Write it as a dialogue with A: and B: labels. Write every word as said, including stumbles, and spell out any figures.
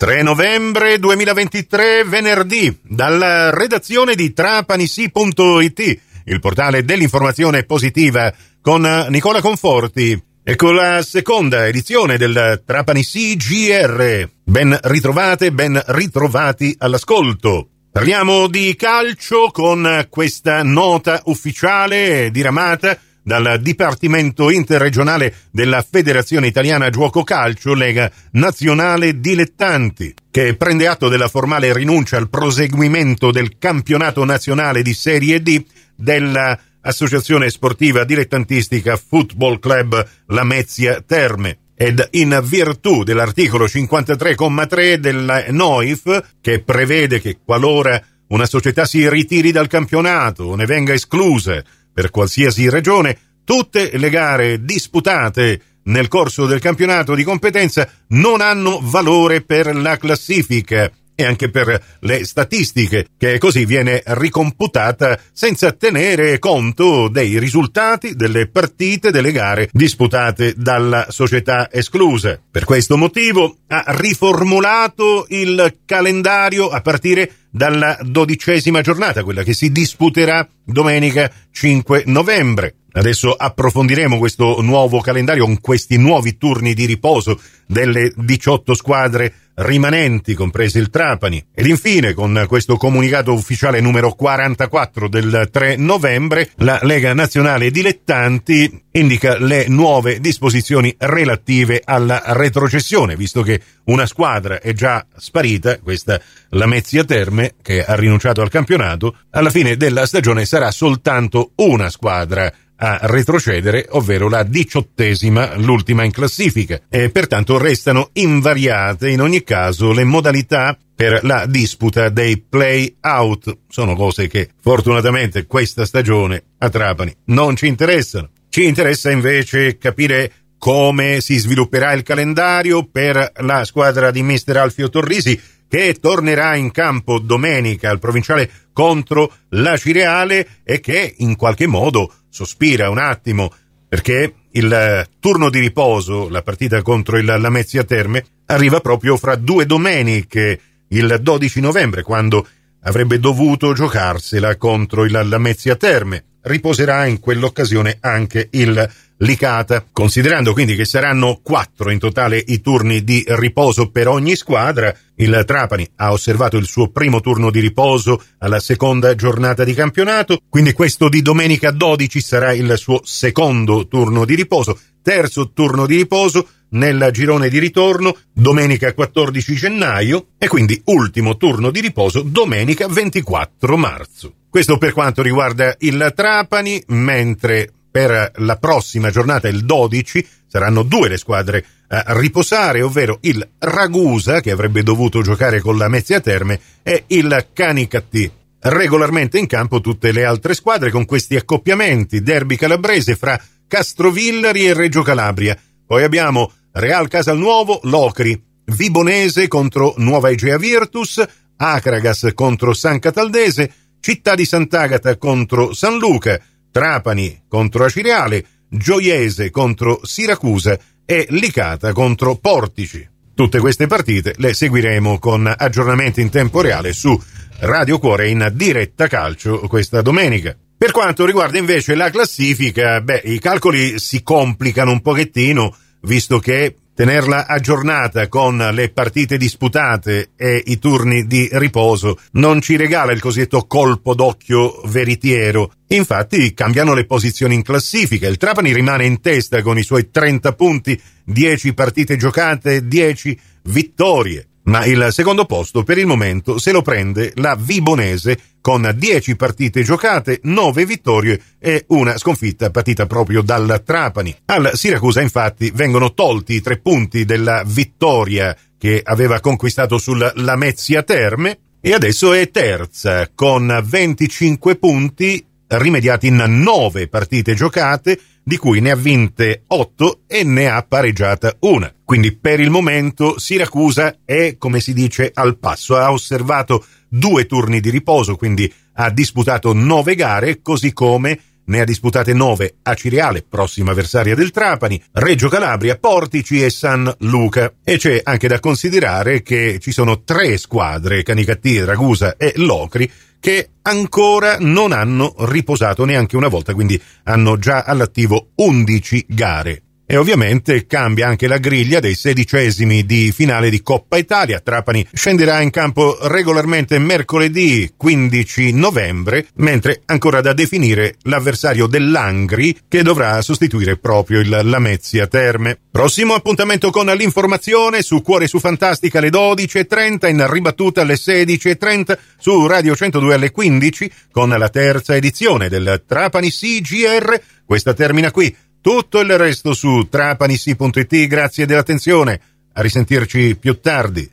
A: tre novembre duemilaventitré, venerdì, dalla redazione di Trapanisi punto it, il portale dell'informazione positiva, con Nicola Conforti. Ecco la seconda edizione del Trapanisi G R. Ben ritrovate, ben ritrovati all'ascolto. Parliamo di calcio con questa nota ufficiale diramata dal Dipartimento Interregionale della Federazione Italiana Giuoco Calcio, Lega Nazionale Dilettanti, che prende atto della formale rinuncia al proseguimento del campionato nazionale di Serie D dell'Associazione Sportiva Dilettantistica Football Club Lamezia Terme. Ed in virtù dell'articolo cinquantatré comma tre della N O I F, che prevede che qualora una società si ritiri dal campionato o ne venga esclusa per qualsiasi ragione, tutte le gare disputate nel corso del campionato di competenza non hanno valore per la classifica e anche per le statistiche, che così viene ricomputata senza tenere conto dei risultati delle partite delle gare disputate dalla società esclusa. Per questo motivo ha riformulato il calendario a partire dalla dodicesima giornata, quella che si disputerà domenica cinque novembre. Adesso approfondiremo questo nuovo calendario con questi nuovi turni di riposo delle diciotto squadre rimanenti, compreso il Trapani. Ed infine, con questo comunicato ufficiale numero quarantaquattro del tre novembre, la Lega Nazionale Dilettanti indica le nuove disposizioni relative alla retrocessione, visto che una squadra è già sparita, questa Lamezia Terme, che ha rinunciato al campionato. Alla fine della stagione sarà soltanto una squadra a retrocedere, ovvero la diciottesima, l'ultima in classifica, e pertanto restano invariate in ogni caso le modalità per la disputa dei play-out. Sono cose che fortunatamente questa stagione a Trapani non ci interessano. Ci interessa invece capire come si svilupperà il calendario per la squadra di mister Alfio Torrisi, che tornerà in campo domenica al provinciale contro la Cireale e che in qualche modo sospira un attimo, perché il turno di riposo, la partita contro il Lamezia Terme, arriva proprio fra due domeniche, il dodici novembre, quando avrebbe dovuto giocarsela contro il Lamezia Terme. Riposerà in quell'occasione anche il Licata. Considerando quindi che saranno quattro in totale i turni di riposo per ogni squadra, il Trapani ha osservato il suo primo turno di riposo alla seconda giornata di campionato, quindi questo di domenica dodici sarà il suo secondo turno di riposo, terzo turno di riposo nel girone di ritorno domenica quattordici gennaio e quindi ultimo turno di riposo domenica ventiquattro marzo. Questo per quanto riguarda il Trapani, mentre per la prossima giornata, il dodici, saranno due le squadre a riposare, ovvero il Ragusa, che avrebbe dovuto giocare con la Lamezia Terme, e il Canicattì. Regolarmente in campo tutte le altre squadre con questi accoppiamenti: derby calabrese fra Castrovillari e Reggio Calabria. Poi abbiamo Real Casalnuovo, Locri, Vibonese contro Nuova Egea Virtus, Acragas contro San Cataldese, Città di Sant'Agata contro San Luca, Trapani contro Acireale, Gioiese contro Siracusa e Licata contro Portici. Tutte queste partite le seguiremo con aggiornamenti in tempo reale su Radio Cuore in diretta calcio questa domenica. Per quanto riguarda invece la classifica, beh, i calcoli si complicano un pochettino, visto che tenerla aggiornata con le partite disputate e i turni di riposo non ci regala il cosiddetto colpo d'occhio veritiero. Infatti cambiano le posizioni in classifica. Il Trapani rimane in testa con i suoi trenta punti, dieci partite giocate, dieci vittorie. Ma il secondo posto per il momento se lo prende la Vibonese con dieci partite giocate, nove vittorie e una sconfitta partita proprio dal Trapani. Al Siracusa infatti vengono tolti i tre punti della vittoria che aveva conquistato sul Lamezia Terme e adesso è terza con venticinque punti rimediati in nove partite giocate, di cui ne ha vinte otto e ne ha pareggiata una. Quindi per il momento Siracusa è, come si dice, al passo. Ha osservato due turni di riposo, quindi ha disputato nove gare, così come ne ha disputate nove: Acireale, prossima avversaria del Trapani, Reggio Calabria, Portici e San Luca. E c'è anche da considerare che ci sono tre squadre, Canicattì, Ragusa e Locri, che ancora non hanno riposato neanche una volta, quindi hanno già all'attivo undici gare. E ovviamente cambia anche la griglia dei sedicesimi di finale di Coppa Italia. Trapani scenderà in campo regolarmente mercoledì quindici novembre, mentre ancora da definire l'avversario dell'Angri, che dovrà sostituire proprio il Lamezia Terme. Prossimo appuntamento con l'informazione su Cuore su Fantastica alle dodici e trenta, in ribattuta alle sedici e trenta su Radio centodue alle quindici, con la terza edizione del Trapani C G R. Questa termina qui. Tutto il resto su trapanisi punto it. Grazie dell'attenzione. A risentirci più tardi.